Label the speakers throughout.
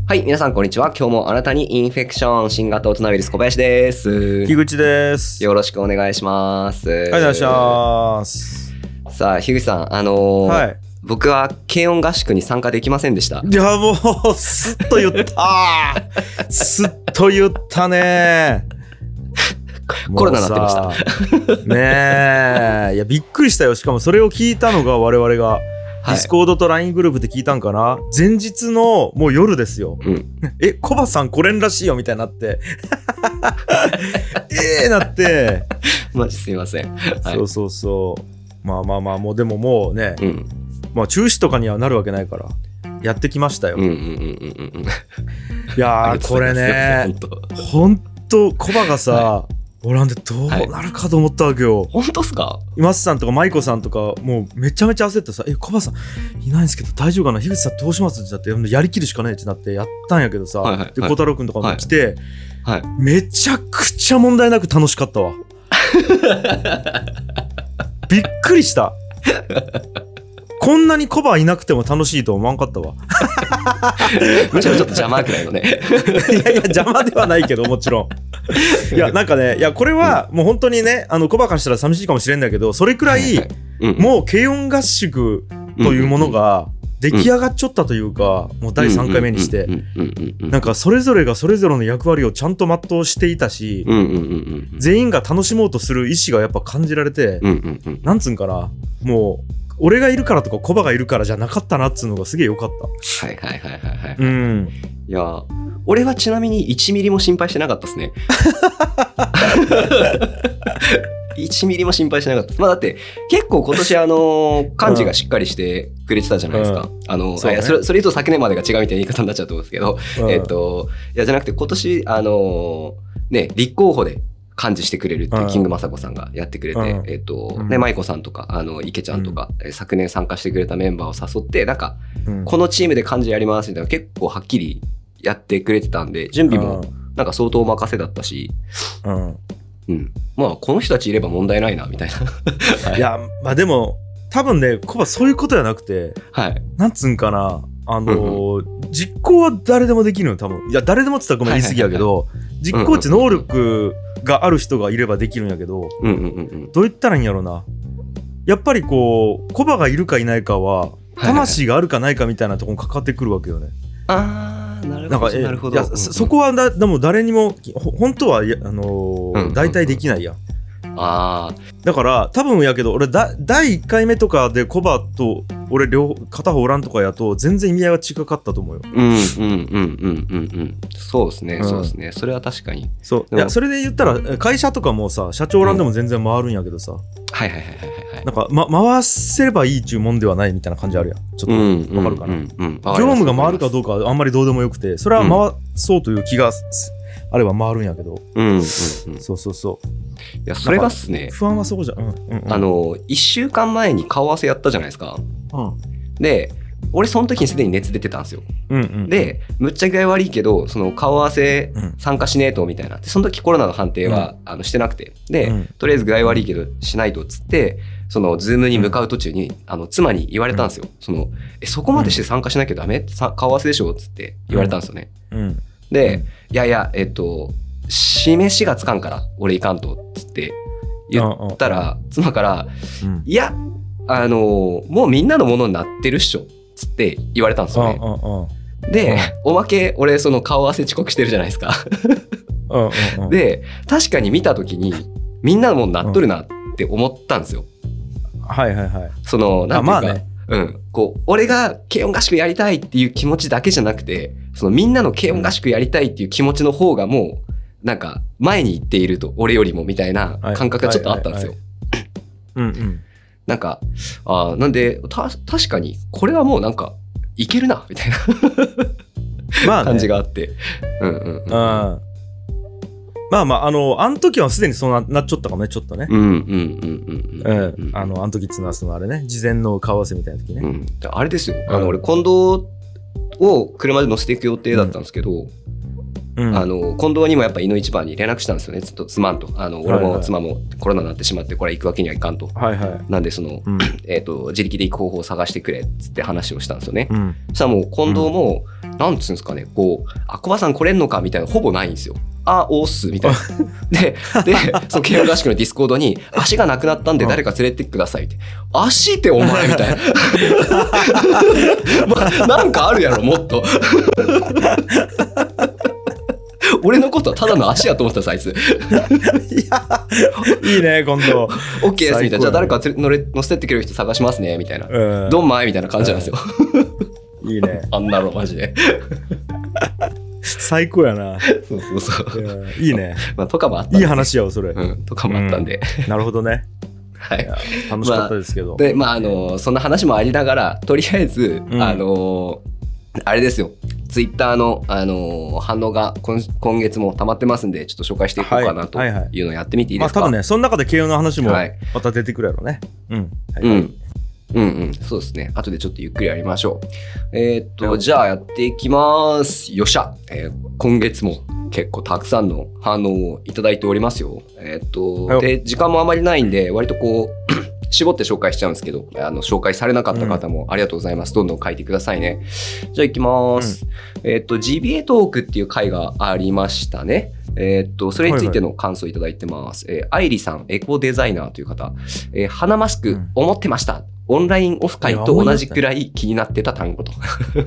Speaker 1: はい、皆さんこんにちは。今日もあなたにインフェクション新型大人ウイルス小林です。
Speaker 2: 樋口です。
Speaker 1: よろしくお願いします。
Speaker 2: はい、お願いします。
Speaker 1: さあ、樋口さん、
Speaker 2: はい、
Speaker 1: 僕は軽音合宿に参加できませんでした。
Speaker 2: いや、もうすっと言ったすっと言ったね。
Speaker 1: コロナになってました
Speaker 2: ねえ。いや、びっくりしたよ。しかもそれを聞いたのが我々がディスコードと LINE グループで聞いたんかな。前日のもう夜ですよ。コバさん来れんらしいよみたいになってなって
Speaker 1: マジすいません、はい、
Speaker 2: そうまあもうでももうね、まあ中止とかにはなるわけないからやってきましたよ。いやーこれねほんとコバがさ、おらんでどうなるかと思ったわけよ。
Speaker 1: 本当っすか？
Speaker 2: マスさんとかマイコさんとかもうめちゃめちゃ焦ってさ、コバさんいないんですけど大丈夫かな、樋口さんどうしますってなってやりきるしかないってなってやったんやけどさ、で小太郎くんとかも来て、めちゃくちゃ問題なく楽しかったわびっくりしたこんなにコバいなくても楽しいと思わんかったわ
Speaker 1: むしろちょっと邪魔くらいのね
Speaker 2: いや邪魔ではないけどもちろんいやなんかね、いやこれはもう本当にねコバからしたら寂しいかもしれんだけど、それくらいもう軽音合宿というものが出来上がっちゃったというか、もう第3回目にしてなんかそれぞれがそれぞれの役割をちゃんと全うしていたし、全員が楽しもうとする意思がやっぱ感じられて、なんつうんかな、もう俺がいるからとかコバがいるからじゃなかったなっつうのがすげえ良かった。
Speaker 1: いや俺はちなみに1ミリも心配してなかったですね1ミリも心配してなかった。まあだって結構今年幹事がしっかりしてくれてたじゃないですか。それ言うと昨年までが違うみたいな言い方になっちゃうと思うんですけど、いやじゃなくて今年ね立候補で幹事してくれるってキングマサコさんがやってくれて、マイコさんとか池ちゃんとか、昨年参加してくれたメンバーを誘ってなんか、このチームで幹事やりますみたいな結構はっきりやってくれてたんで、準備もなんか相当お任せだったし、まあこの人たちいれば問題ないなみたいな。い
Speaker 2: やまあでも多分ねコバそういうことじゃなくて、なんつうんかな、実行は誰でもできるの多分。いや誰でもって言ったらごめん言い過ぎやけど、実行って能力がある人がいればできるんやけど、どう言ったらいいんやろうな、やっぱりこうコバがいるかいないかは魂があるかないかみたいなところにかかってくるわけよね。
Speaker 1: なるほど。
Speaker 2: いやそこはでも誰にも本当は大体できないやん。だから多分やけど俺第1回目とかでコバと俺片方おらんとかやと全然意味合いが違かったと思うよ。
Speaker 1: そうですね、そうですね、それは確かに。
Speaker 2: そういやそれで言ったら会社とかもさ社長おらんでも全然回るんやけどさ、なんか、回せればいいっちゅうもんではないみたいな感じあるやん。ちょっとわかるかな。業務が回るかどうかはあんまりどうでもよくて、それは回そうという気があれば回るんやけど、そう
Speaker 1: いやそれがっすね、
Speaker 2: 不安はそこじゃ
Speaker 1: 1週間前に顔合わせやったじゃないですか。で俺その時にすでに熱出てたんですよ。でむっちゃ具合悪いけどその顔合わせ参加しねえとみたいな、でその時コロナの判定はしてなくて、でとりあえず具合悪いけどしないとっつってそのズームに向かう途中に妻に言われたんですよ。そこまでして参加しなきゃダメって顔合わせでしょっつって言われたんですよね。でいや示しがつかんから俺いかんとっつって言ったら妻からいやもうみんなのものになってるっしょっつって言われたんですよね。でおまけ俺その顔合わせ遅刻してるじゃないですかで確かに見た時にみんなのものになっとるなって思ったんですよ。そのなんていうか、こう俺が軽音合宿やりたいっていう気持ちだけじゃなくて、そのみんなの軽音合宿やりたいっていう気持ちの方がもうなんか前に行っていると、俺よりもみたいな感覚がちょっとあったんですよ。なんかなんで確かにこれはもうなんかいけるなみたいな感じがあって、
Speaker 2: あの時はすでにそうなっちゃったかもね、ちょっとね。あの時っつうのはそのあれね、事前の顔合わせみたいな時ね。
Speaker 1: あれですよ、俺近藤を車で乗せていく予定だったんですけど、 近藤にもやっぱいの一番に連絡したんですよね。ちょっとすまんと。俺も妻もコロナになってしまって、これ行くわけにはいかんと。なんで、自力で行く方法を探してくれっつって話をしたんですよね。そしたらもう近藤も、なんつうんですかね、こう、コバさん来れんのかみたいな、ほぼないんですよ。おーっすみたいな。で、その慶応合宿のディスコードに、足がなくなったんで誰か連れてってくださいって。足ってお前みたいな。なんかあるやろ、もっと。俺のことはただの足やと思ったさ、あいつ。
Speaker 2: いや、いいね、今度。
Speaker 1: OK ですみたいな。じゃあ誰か乗せてってくれる人探しますねみたいな。ドンマイみたいな感じなんですよ。
Speaker 2: いいね。
Speaker 1: あんなのマジで。
Speaker 2: 最高やな。
Speaker 1: そう
Speaker 2: いいね。
Speaker 1: とかもあった。
Speaker 2: いい話やそれ。
Speaker 1: とかもあったんで。
Speaker 2: なるほどね。
Speaker 1: はい。
Speaker 2: 楽しかったですけど。
Speaker 1: で、そんな話もありながら、とりあえず、あれですよ。ツイッターの、反応が今月も溜まってますんで、ちょっと紹介していこうかなというのをやってみていいですか。
Speaker 2: 多分ね、その中で慶応の話もまた出てくるやろね。
Speaker 1: そうですね。後でちょっとゆっくりやりましょう。じゃあやっていきます。よっしゃ。今月も結構たくさんの反応をいただいておりますよ。で、時間もあまりないんで、割とこう、絞って紹介しちゃうんですけど、紹介されなかった方もありがとうございます。どんどん書いてくださいね。じゃあ行きます。GBA トークっていう回がありましたね。それについての感想いただいてます。アイリさん、エコデザイナーという方。鼻マスク、思ってました。オンラインオフ会と同じくらい気になってた単語と。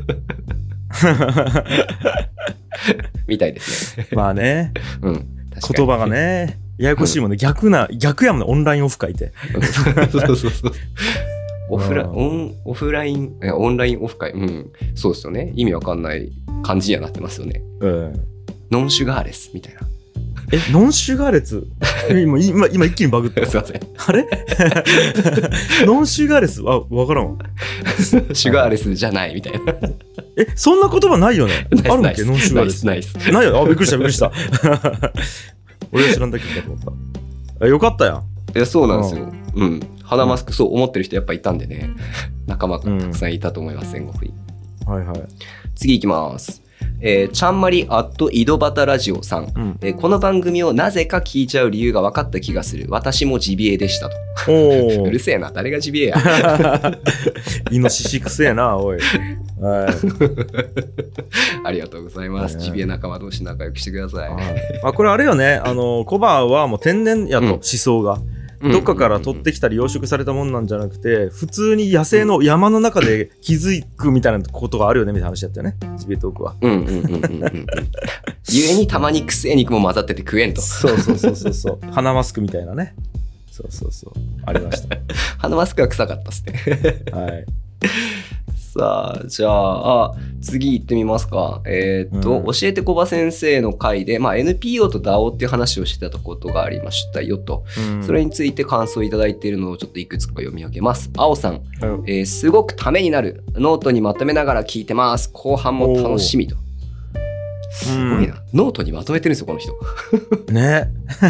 Speaker 1: みたいですね。
Speaker 2: まあね。言葉がね。ややこしいもんね。逆やもんね、オンラインオフ会って。
Speaker 1: そう。オンラインオフ会。そうですよね。意味わかんない感じにはなってますよね。ノンシュガーレスみたいな。
Speaker 2: ノンシュガーレス今一気にバグった。
Speaker 1: すいません。
Speaker 2: あれノンシュガーレスわからんわ。
Speaker 1: シュガーレスじゃないみたいな。
Speaker 2: そんな言葉ないよね。あるんけノンシュガーレス。ないよ。びっくりした。俺は知らんだけだと思った。よかったやん。
Speaker 1: いや、そうなんですよ。鼻マスク、そう思ってる人やっぱいたんでね。仲間がたくさんいたと思います、戦国に。次行きます。ちゃんまり井戸端ラジオさん、この番組をなぜか聞いちゃう理由が分かった気がする。私もジビエでしたと。うるせえな、誰がジビエや。
Speaker 2: イノシシくせえな、おい。
Speaker 1: ありがとうございます。ジビエ仲間同士仲良くしてください。
Speaker 2: これあれよね、コバはもう天然やと、思想が。どっかから取ってきたり養殖されたもんなんじゃなくて、普通に野生の山の中で気づくみたいなことがあるよねみたいな話だったよね、ジビエトークは。
Speaker 1: ゆえにたまにくせえ肉も混ざってて食えんと。
Speaker 2: そう。鼻マスクみたいなね。そう。ありました。
Speaker 1: 鼻マスクは臭かったっすね。はい。さあ、じゃあ、次行ってみますか。教えてコバ先生の回で、NPO と DAO っていう話をしてたことがありましたよと。それについて感想いただいているのをちょっといくつか読み上げます。青さん、すごくためになる。ノートにまとめながら聞いてます。後半も楽しみと。すごいな。ノートにまとめてるんですよ、この人。
Speaker 2: ね。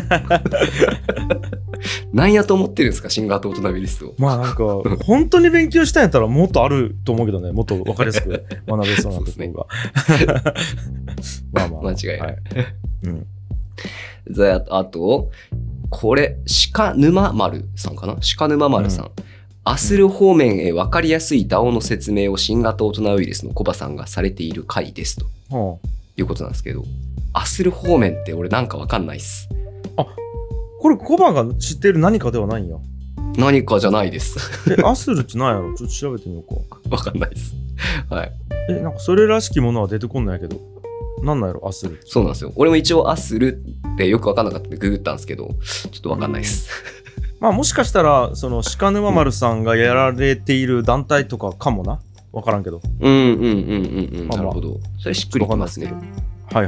Speaker 1: なんやと思ってるんですか、新型オトナビリスト。
Speaker 2: なんか、本当に勉強したんやったらもっとあると思うけどね、もっと分かりやすく学べそうなところが。
Speaker 1: 間違いない。あと、これ、鹿沼丸さんかな、鹿沼丸さん。アスル方面へ分かりやすい DAO の説明を新型オトナウイルスのコバさんがされている回ですと。いうことなんですけど、アスル方面って俺なんかわかんないっす。
Speaker 2: これコバが知っている何かではないんや。
Speaker 1: 何かじゃないです。
Speaker 2: アスルって何やろ、ちょっと調べてみようか。
Speaker 1: わかんないです。はい。
Speaker 2: なんかそれらしきものは出てこんないけど、なんなんやろ、アスル。
Speaker 1: そうなんですよ。俺も一応アスルってよくわかんなかったんでググったんですけど、ちょっとわかんないです。
Speaker 2: もしかしたらその鹿沼丸さんがやられている団体とかかもな。わからんけど。
Speaker 1: なるほど。それしっくりきますね。
Speaker 2: はい。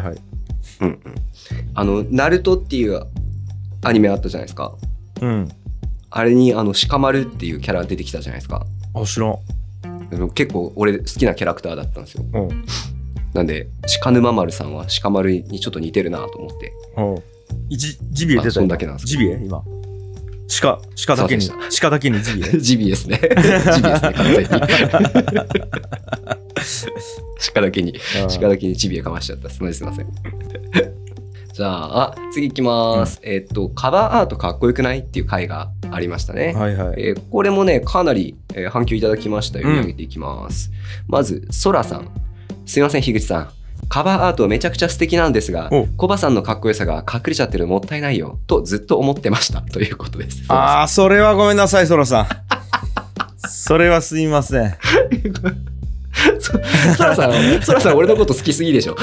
Speaker 1: ナルトっていうアニメあったじゃないですか。あれに鹿丸っていうキャラ出てきたじゃないですか。
Speaker 2: 知らん。
Speaker 1: 結構俺好きなキャラクターだったんですよ。なんで鹿沼丸さんは鹿丸にちょっと似てるなと思って。
Speaker 2: ジビエ出た。
Speaker 1: そんだけなんです。
Speaker 2: ジビエ今。鹿だけにジビエ。
Speaker 1: ジビエですね。ジビエですね、完全に。 鹿だけにチビエかましちゃった。すみません。じゃあ、次行きます。カバーアートかっこよくないっていう回がありましたね。
Speaker 2: はいはい。
Speaker 1: これもね、かなり、反響いただきました。読み上げていきます。まず、ソラさん。すみません、樋口さん。カバーアートめちゃくちゃ素敵なんですが、コバさんのかっこよさが隠れちゃってるのもったいないよとずっと思ってましたということです。
Speaker 2: ああ、それはごめんなさい、ソラさん。それはすいません。
Speaker 1: ソラさん、俺のこと好きすぎでしょ。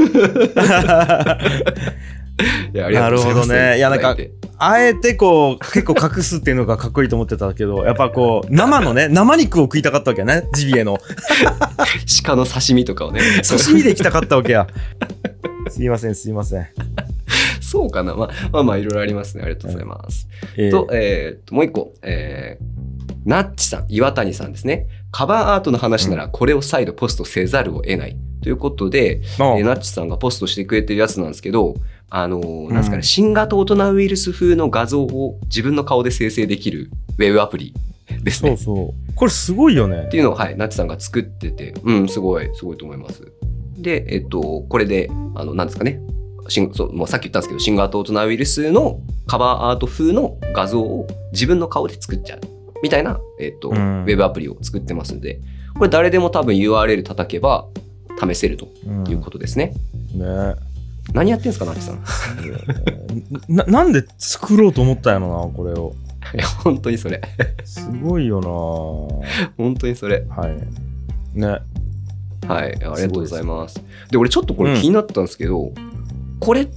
Speaker 1: いや、ありがとうございます。
Speaker 2: なるほどね。いや、なんか、あえてこう、結構隠すっていうのがかっこいいと思ってたけど、やっぱこう、生肉を食いたかったわけね、ジビエの。
Speaker 1: 鹿の刺身とかをね。
Speaker 2: 刺身で行きたかったわけや。すいません。
Speaker 1: そうかな。まあ、いろいろありますね。ありがとうございます。もう一個、ナッチさん、岩谷さんですね。カバーアートの話ならこれを再度ポストせざるを得ない。ということで、ナッチさんがポストしてくれてるやつなんですけど、なんですかね、新型大人ウイルス風の画像を自分の顔で生成できるウェブアプリですね。
Speaker 2: そう。これすごいよね。
Speaker 1: っていうのを、はい、ナッチさんが作ってて、すごいと思います。で、これで、なんですかね、もうさっき言ったんですけど、新型大人ウイルスのカバーアート風の画像を自分の顔で作っちゃう。みたいな、ウェブアプリを作ってますので、これ誰でも多分 URL 叩けば試せるということですね。
Speaker 2: ね。
Speaker 1: 何やってんすか、ナッチさん。
Speaker 2: なんで作ろうと思ったんやろな、これを。
Speaker 1: いや、本当にそれ。
Speaker 2: すごいよな。
Speaker 1: 本当にそれ。
Speaker 2: はい。ね。
Speaker 1: はい、ありがとうございます。で、俺ちょっとこれ気になったんですけど、これって、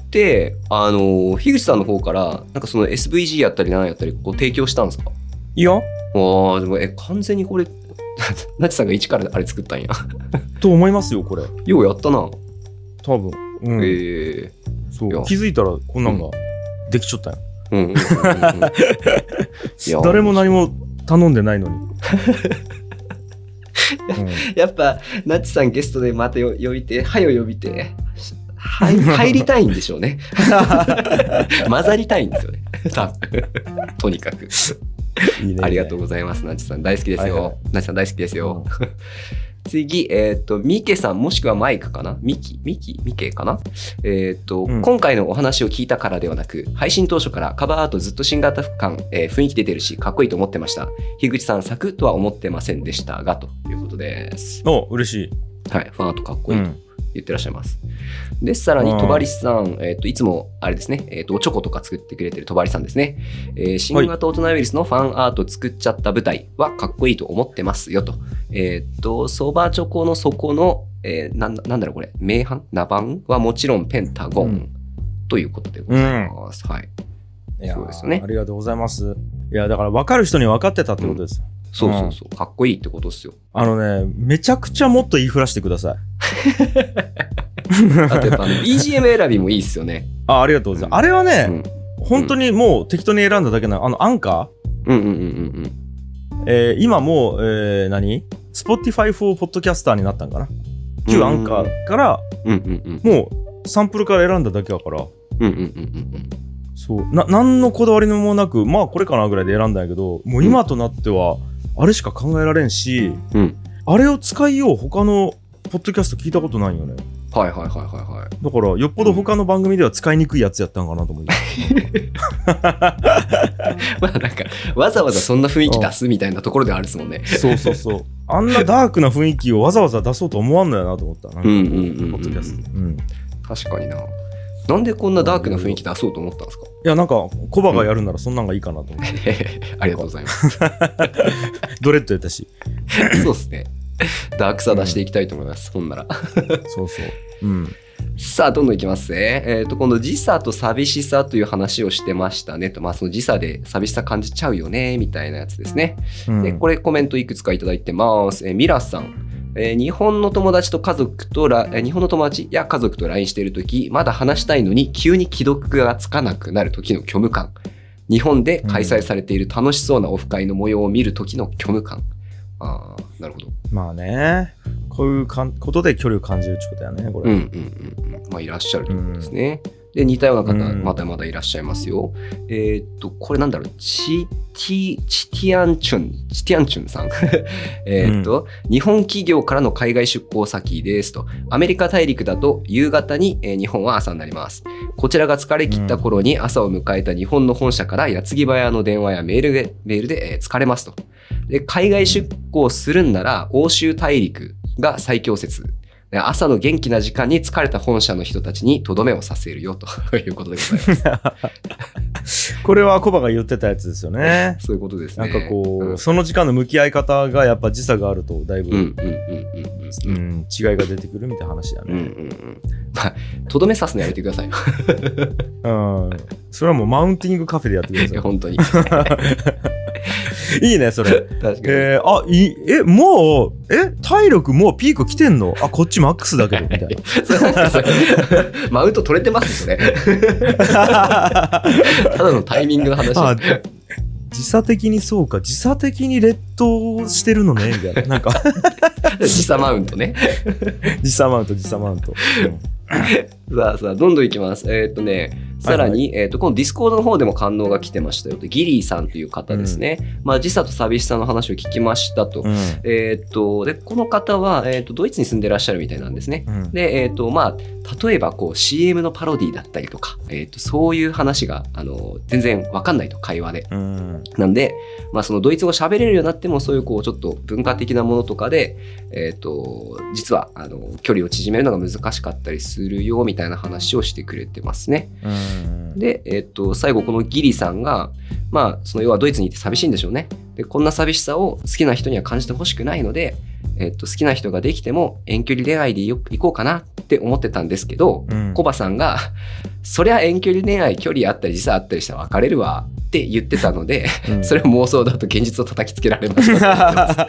Speaker 1: 樋口さんの方から、なんかその SVG やったり何やったり、こう提供したんですか？
Speaker 2: いや。
Speaker 1: でも、完全にこれ、ナチさんが一からあれ作ったんや。
Speaker 2: と思いますよ、これ。
Speaker 1: ようやったな。
Speaker 2: 多分。そう気づいたらこんなんができちゃったよ。誰も何も頼んでないのに。
Speaker 1: やっぱナッチさんゲストでまた呼びて入りたいんでしょうね。混ざりたいんですよね。とにかく。いいね、ありがとうございます。ナッチさん大好きですよ。ナッチさん大好きですよ。次、ミケさんもしくはマイクかな、ミケかな、今回のお話を聞いたからではなく、配信当初からカバーアートずっと新型感、雰囲気出てるし、かっこいいと思ってました。樋口さん作とは思ってませんでしたが、ということです。
Speaker 2: 嬉しい。
Speaker 1: はい、ファンアートかっこいいと言ってらっしゃいます。で、さらに、とばりさん、いつも、あれですね、おチョコとか作ってくれてるとばりさんですね。新型大人ウイルスのファンアート作っちゃった舞台はかっこいいと思ってますよと。そばチョコの底の、なんだろうこれ、名版名盤はもちろんペンタゴン、ということでございます。はい。
Speaker 2: そうですよね。ありがとうございます。いや、だから分かる人に分かってたってことです。
Speaker 1: そう。かっこいいってことですよ。
Speaker 2: めちゃくちゃもっと言いふらしてください。
Speaker 1: あとやっぱBGM 選びもいいっすよね。
Speaker 2: ありがとうございます。あれはね、本当にもう適当に選んだだけなアンカー今もう、Spotify for Podcaster になったんかな。旧アンカーから、もうサンプルから選んだだけだから、そう、何のこだわりもなく、まあこれかなぐらいで選んだんやけど、もう今となっては、あれしか考えられんし、あれを使いよう他のポッドキャスト聞いたことないよね。
Speaker 1: はい。
Speaker 2: だからよっぽど他の番組では使いにくいやつやったんかなと思います。
Speaker 1: まあなんかわざわざそんな雰囲気出すみたいなところであるですもんね。
Speaker 2: そう。あんなダークな雰囲気をわざわざ出そうと思わんのやなと思った。ポッドキャスト。
Speaker 1: 確かにな。なんでこんなダークな雰囲気出そうと思ったんですか？
Speaker 2: いやなんかコバがやるならそんなんがいいかなと思って。
Speaker 1: ありがとうございます。
Speaker 2: ドレッドやったし。
Speaker 1: そうですね。ダークさ出していきたいと思います。ほんなら。
Speaker 2: そう。
Speaker 1: さあどんどんいきますね。今度時差と寂しさという話をしてましたねと、まあその時差で寂しさ感じちゃうよねみたいなやつですね。でこれコメントいくつかいただいてます。ミラさん。日本の友達や家族と LINE しているとき、まだ話したいのに急に既読がつかなくなる時の虚無感。日本で開催されている楽しそうなオフ会の模様を見る時の虚無感。なるほど。
Speaker 2: まあね、こういうことで距離を感じるってことだよね、これ。
Speaker 1: まあいらっしゃるということですね。 で似たような方まだまだいらっしゃいますよ。これなんだろう、チティアンチュンさん日本企業からの海外出向先ですと。アメリカ大陸だと夕方に、日本は朝になります。こちらが疲れ切った頃に朝を迎えた日本の本社から矢継ぎ早の電話やメールで、疲れますと。で海外出向するんなら欧州大陸が最強説。朝の元気な時間に疲れた本社の人たちにとどめをさせるよということでございます。
Speaker 2: これはコバが言ってたやつですよね。
Speaker 1: そういうことですね。
Speaker 2: なんかこう、その時間の向き合い方がやっぱ時差があるとだいぶ違いが出てくるみたいな話だね。
Speaker 1: まあとどめさすのやめてくださいよ。
Speaker 2: それはもうマウンティングカフェでやってください。
Speaker 1: 本当に。
Speaker 2: いいねそれ。
Speaker 1: 確かに。
Speaker 2: もう体力もうピーク来てんの？こっちマックスだけどみたいな。
Speaker 1: マウント取れてますよね。ただのタイミングの話。
Speaker 2: 時差的にそうか、時差的に劣等してるのねみたいな。なんか
Speaker 1: 時差マウントね。
Speaker 2: 時差マウント。
Speaker 1: さあどんどんいきます。さらに、このディスコードの方でも反応が来てましたよと。ギリーさんという方ですね。時差と寂しさの話を聞きましたと。でこの方は、ドイツに住んでらっしゃるみたいなんですね。で例えばこう CM のパロディだったりとか、そういう話が全然わかんないと、会話で。なんで、そのドイツ語喋れるようになっても、そういうこうちょっと文化的なものとかで、実は距離を縮めるのが難しかったりするよみたいな話をしてくれてますね。で、最後このギリさんが、その要はドイツにいて寂しいんでしょうね。でこんな寂しさを好きな人には感じてほしくないので、好きな人ができても遠距離恋愛で行こうかなって思ってたんですけど、コバさんがそりゃ遠距離恋愛、距離あったり時差あったりしたら別れるわって言ってたので、それを妄想だと現実を叩きつけられました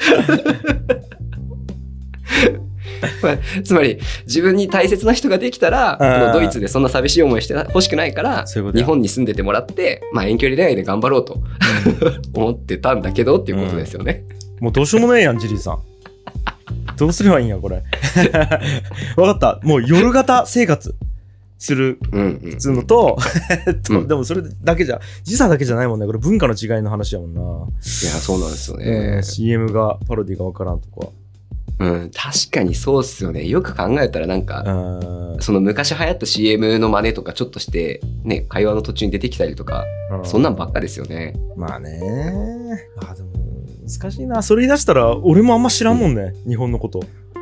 Speaker 1: つまり自分に大切な人ができたらドイツでそんな寂しい思いしてほしくないから日本に住んでてもらって、遠距離恋愛で頑張ろうと思ってたんだけどっていうことですよね。
Speaker 2: もうどうしようもねえやんジリーさん。どうすればいいんやこれ。分かった。もう夜型生活する普通のと、でもそれだけじゃ時差だけじゃないもんね。これ文化の違いの話やもんな。いや
Speaker 1: そうなんですよね。
Speaker 2: CM がパロディが分からんとか。
Speaker 1: 確かにそうっすよね。よく考えたらなんかその昔流行った CM の真似とかちょっとしてね、会話の途中に出てきたりとか、そんなんばっかですよね。
Speaker 2: まあね。でも難しいな。それ言い出したら俺もあんま知らんもんね、日本のこと。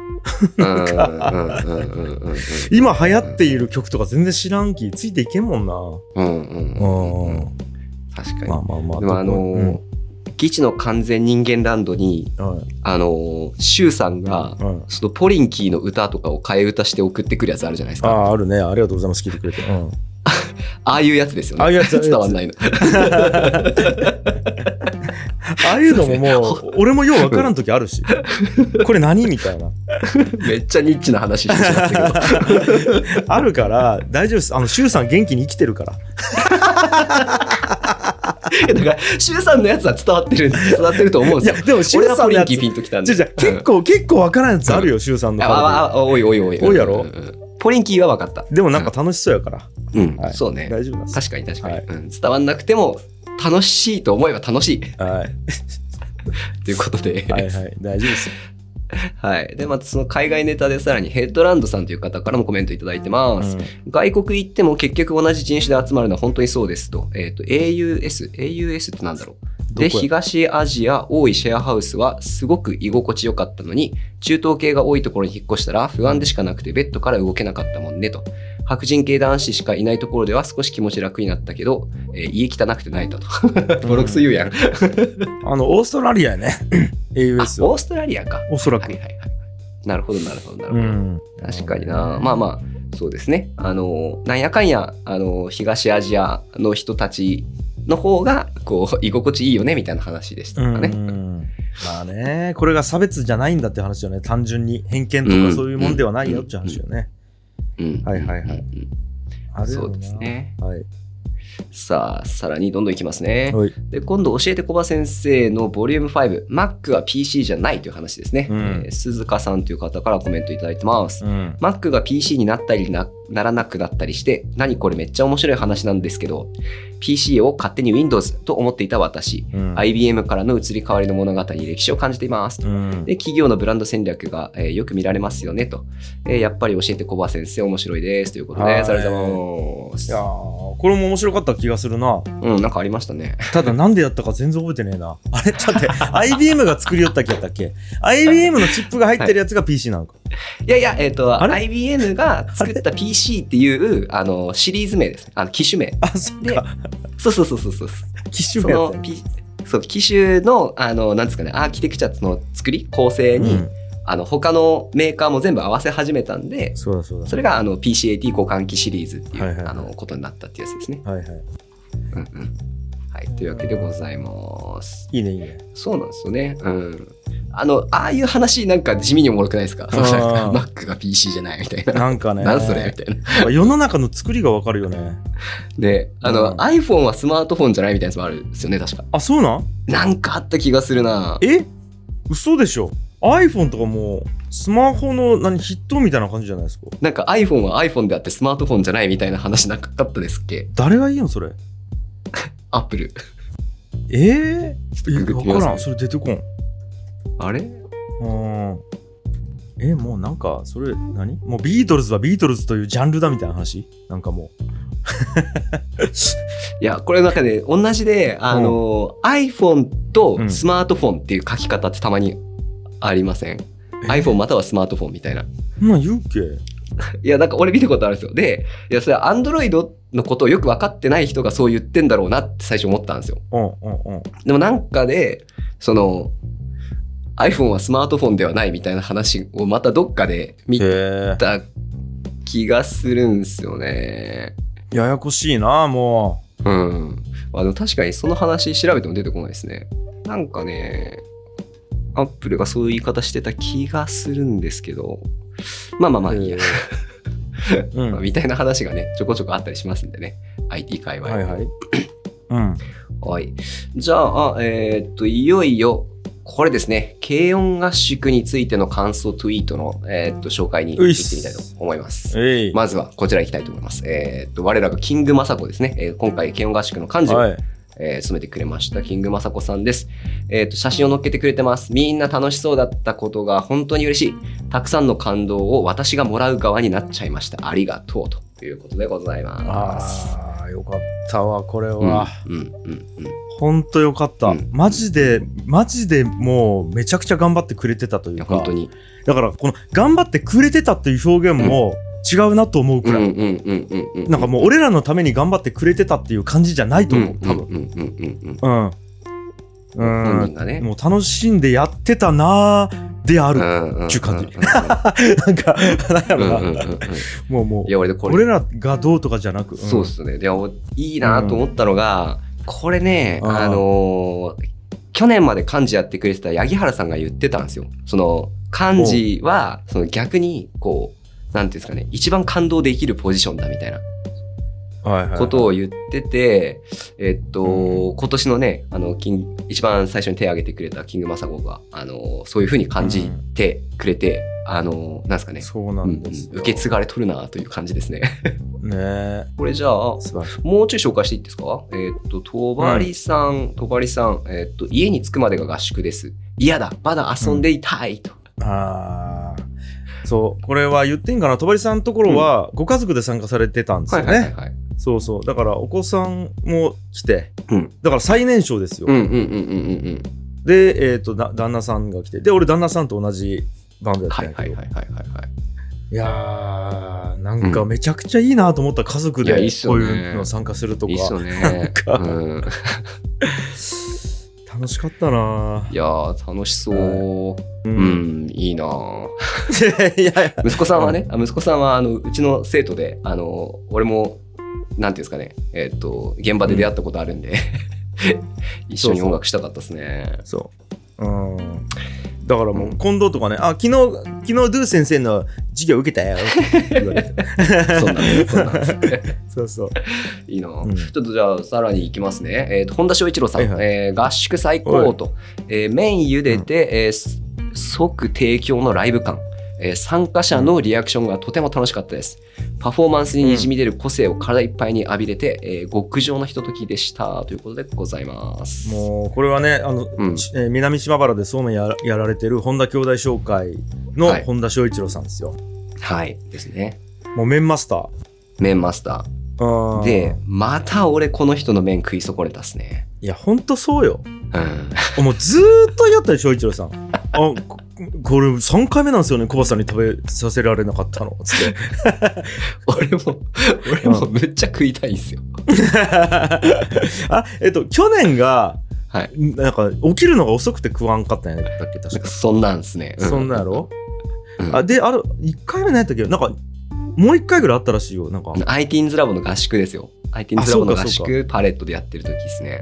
Speaker 2: 今流行っている曲とか全然知らんき、ついていけんもんな。
Speaker 1: 確かに。でも基地の完全人間ランドに、シュウさんが、そのポリンキーの歌とかを替え歌して送ってくるやつあるじゃないですか。
Speaker 2: あるね。ありがとうございます。聞いてくれて。
Speaker 1: ああいうやつですよね。
Speaker 2: ああいうやつ
Speaker 1: 伝わんないの。
Speaker 2: ああいうのももう俺もよう分からん時あるし、これ何みたいな。
Speaker 1: めっちゃニッチな話してしまったけど。
Speaker 2: あるから大丈夫です。シュウさん元気に生きてるから。
Speaker 1: だからシュウさんのやつは伝わってると思うんですよ。
Speaker 2: いやでもシュウさんのやつ
Speaker 1: ピンときたんで。
Speaker 2: 結構分からんやつあるよ、シュウさんの。
Speaker 1: おい
Speaker 2: 多いやろ。
Speaker 1: ポリンキーは分かった。
Speaker 2: でもなんか楽しそうやから。
Speaker 1: そうね。
Speaker 2: 大丈夫です。
Speaker 1: 確かに、伝わんなくても楽しいと思えば楽しい。ということで。
Speaker 2: 大丈夫ですよ。
Speaker 1: でまたその海外ネタでさらにヘッドランドさんという方からもコメントいただいてます。外国行っても結局同じ人種で集まるのは本当にそうですと。AUS ってなんだろう。で東アジア多いシェアハウスはすごく居心地よかったのに、中東系が多いところに引っ越したら不安でしかなくてベッドから動けなかったもんねと。白人系男子しかいないところでは少し気持ち楽になったけど、家汚くて泣いたと。ボロクソ言うやん。
Speaker 2: オーストラリアやね。AUS は。
Speaker 1: オーストラリアか。
Speaker 2: おそらく。
Speaker 1: なるほど。確かにな。そうですね。なんやかんや東アジアの人たちの方がこう居心地いいよねみたいな話でしたかね。
Speaker 2: まあね、これが差別じゃないんだって話よね。単純に偏見とかそういうもんではないよって話よね。あるよな。
Speaker 1: そうですね。 さあ、さらにどんどんいきますね。で、今度教えてコバ先生のボリューム5、Mac は PC じゃないという話ですね。鈴鹿さんという方からコメントいただいてます。Mac が PC になったりならなくなったりして、何これめっちゃ面白い話なんですけど、PC を勝手に Windows と思っていた私、IBM からの移り変わりの物語に歴史を感じていますと。で、企業のブランド戦略が、よく見られますよねと。やっぱり教えてコバ先生面白いですということで、ありがとうございます。
Speaker 2: いやこれも面白かった気がするな。
Speaker 1: なんかありましたね。
Speaker 2: ただなんでやったか全然覚えてねえな。あれちょっと待って、IBM が作りよったっけやったっけ？ IBM のチップが入ってるやつが PC なのか。
Speaker 1: いやいや、IBM が作った PC っていうシリーズ名です。機種名。
Speaker 2: そっか。
Speaker 1: そう。
Speaker 2: 機種名やったね。
Speaker 1: そう、機種の、なんですかね、アーキテクチャの作り、構成に、他のメーカーも全部合わせ始めたんで、それがPCAT 交換機シリーズっていう、ことになったっていうやつですね。はい。はい、というわけでございます。
Speaker 2: いいね。
Speaker 1: そうなんですよね。ああいう話なんか地味におもろくないですか？Mac が PC じゃないみたいな。
Speaker 2: なんかね。
Speaker 1: なんそれみたいな。
Speaker 2: 世の中の作りがわかるよね。
Speaker 1: で、iPhone はスマートフォンじゃないみたいなやつもあるんですよね、確か。
Speaker 2: あ、そうなん？
Speaker 1: なんかあった気がするな。
Speaker 2: 嘘でしょ。iPhone とかもうスマホの筆頭みたいな感じじゃないですか。
Speaker 1: なんか iPhone は iPhone であってスマートフォンじゃないみたいな話なかったですっけ？
Speaker 2: 誰が言うのそれ？
Speaker 1: Apple。
Speaker 2: わからん。それ出てこん。あれ？もうなんかそれ何？もうビートルズはビートルズというジャンルだみたいな話？なんかもう
Speaker 1: いやこれなんかね同じでiPhone とスマートフォンっていう書き方ってたまにありません？iPhone またはスマートフォンみたいな。
Speaker 2: 言うっけ？
Speaker 1: いやなんか俺見たことあるんですよ。でいやそれは Android のことをよく分かってない人がそう言ってんだろうなって最初思ったんですよ。でもなんかでiPhone はスマートフォンではないみたいな話をまたどっかで見た気がするんですよね。
Speaker 2: ややこしいなも
Speaker 1: う。でも確かにその話調べても出てこないですね。なんかねアップルがそういう言い方してた気がするんですけどまあいいや、みたいな話がねちょこちょこあったりしますんでね IT 界隈はい。じゃあいよいよこれですね、軽音合宿についての感想ツイートの、紹介に行ってみたいと思います。まずはこちら行きたいと思います。我らがキングマサコですね。今回軽音合宿の幹事を、務めてくれましたキングマサコさんです。写真を載っけてくれてます。みんな楽しそうだったことが本当に嬉しい。たくさんの感動を私がもらう側になっちゃいました。ありがとうということでございます。
Speaker 2: よかったわこれは。ほんとよかった、マジでもうめちゃくちゃ頑張ってくれてたというか、
Speaker 1: 本当に
Speaker 2: だからこの頑張ってくれてたっていう表現も違うなと思うくらい、なんかもう俺らのために頑張ってくれてたっていう感じじゃないと思う多分。本人がねもう楽しんでやってたなであるっていう感じ。なんかなんやろな、もういや俺らがどうとかじゃなく、
Speaker 1: そうっすね。でいいなと思ったのが、これね去年まで幹事やってくれてた八木原さんが言ってたんですよ。その幹事は逆にこうなんていうんですかね、一番感動できるポジションだみたいなことを言ってて、今年のね一番最初に手を挙げてくれたキングマサゴがそういう風に感じてくれて、なんですかね、
Speaker 2: そうなんです、
Speaker 1: 受け継がれとるなという感じですね。
Speaker 2: ね。
Speaker 1: これじゃあもうちょい紹介していいですか？とばりさん、家に着くまでが合宿です。嫌だ、まだ遊んでいたいと。
Speaker 2: そうこれは言っていいんかな。とばりさんのところはご家族で参加されてたんですよね。そうだからお子さんも来て、だから最年少ですよ。で旦那さんが来て、で俺旦那さんと同じバンドやってたんやけど、いやーなんかめちゃくちゃいいなと思った。家族でこういうの参加するとか、なんか楽しかったな。
Speaker 1: いやー楽しそう。いいな。息子さんはね、息子さんはうちの生徒で俺もなんていうんですかね、現場で出会ったことあるんで一緒に音楽したかったですね。
Speaker 2: だからもう近藤とかね、昨日ドゥ先生の授業受けたよって言われて
Speaker 1: そうなんです
Speaker 2: そうそう
Speaker 1: いいな、ちょっとじゃあさらにいきますね。本田翔一郎さん、合宿最高と、麺茹でて、即提供のライブ感、参加者のリアクションがとても楽しかったです。パフォーマンスににじみ出る個性を体いっぱいに浴びれて、極上のひとときでしたということでございます。
Speaker 2: もうこれはね南島原でそうめん やられてる本田兄弟紹介の本田翔一郎さんですよ。
Speaker 1: はいですね。
Speaker 2: もう麺マスター
Speaker 1: でまた俺この人の麺食い損ねたっすね。
Speaker 2: いやほんとそうよ、もうずーっとやったよ翔一郎さんこれ3回目なんですよね、コバさんに食べさせられなかったのつって
Speaker 1: 俺もめっちゃ食いたいんですよ
Speaker 2: 去年が、
Speaker 1: なん
Speaker 2: か起きるのが遅くて食わんかったんやったっけ確か。
Speaker 1: そんなんですね、
Speaker 2: そんなんやろ、で1回目何やったっけ、なんかもう1回ぐらいあったらしいよ。なんか
Speaker 1: ITINS ラボの合宿ですよ。ITINS ラボの合宿パレットでやってる時ですね。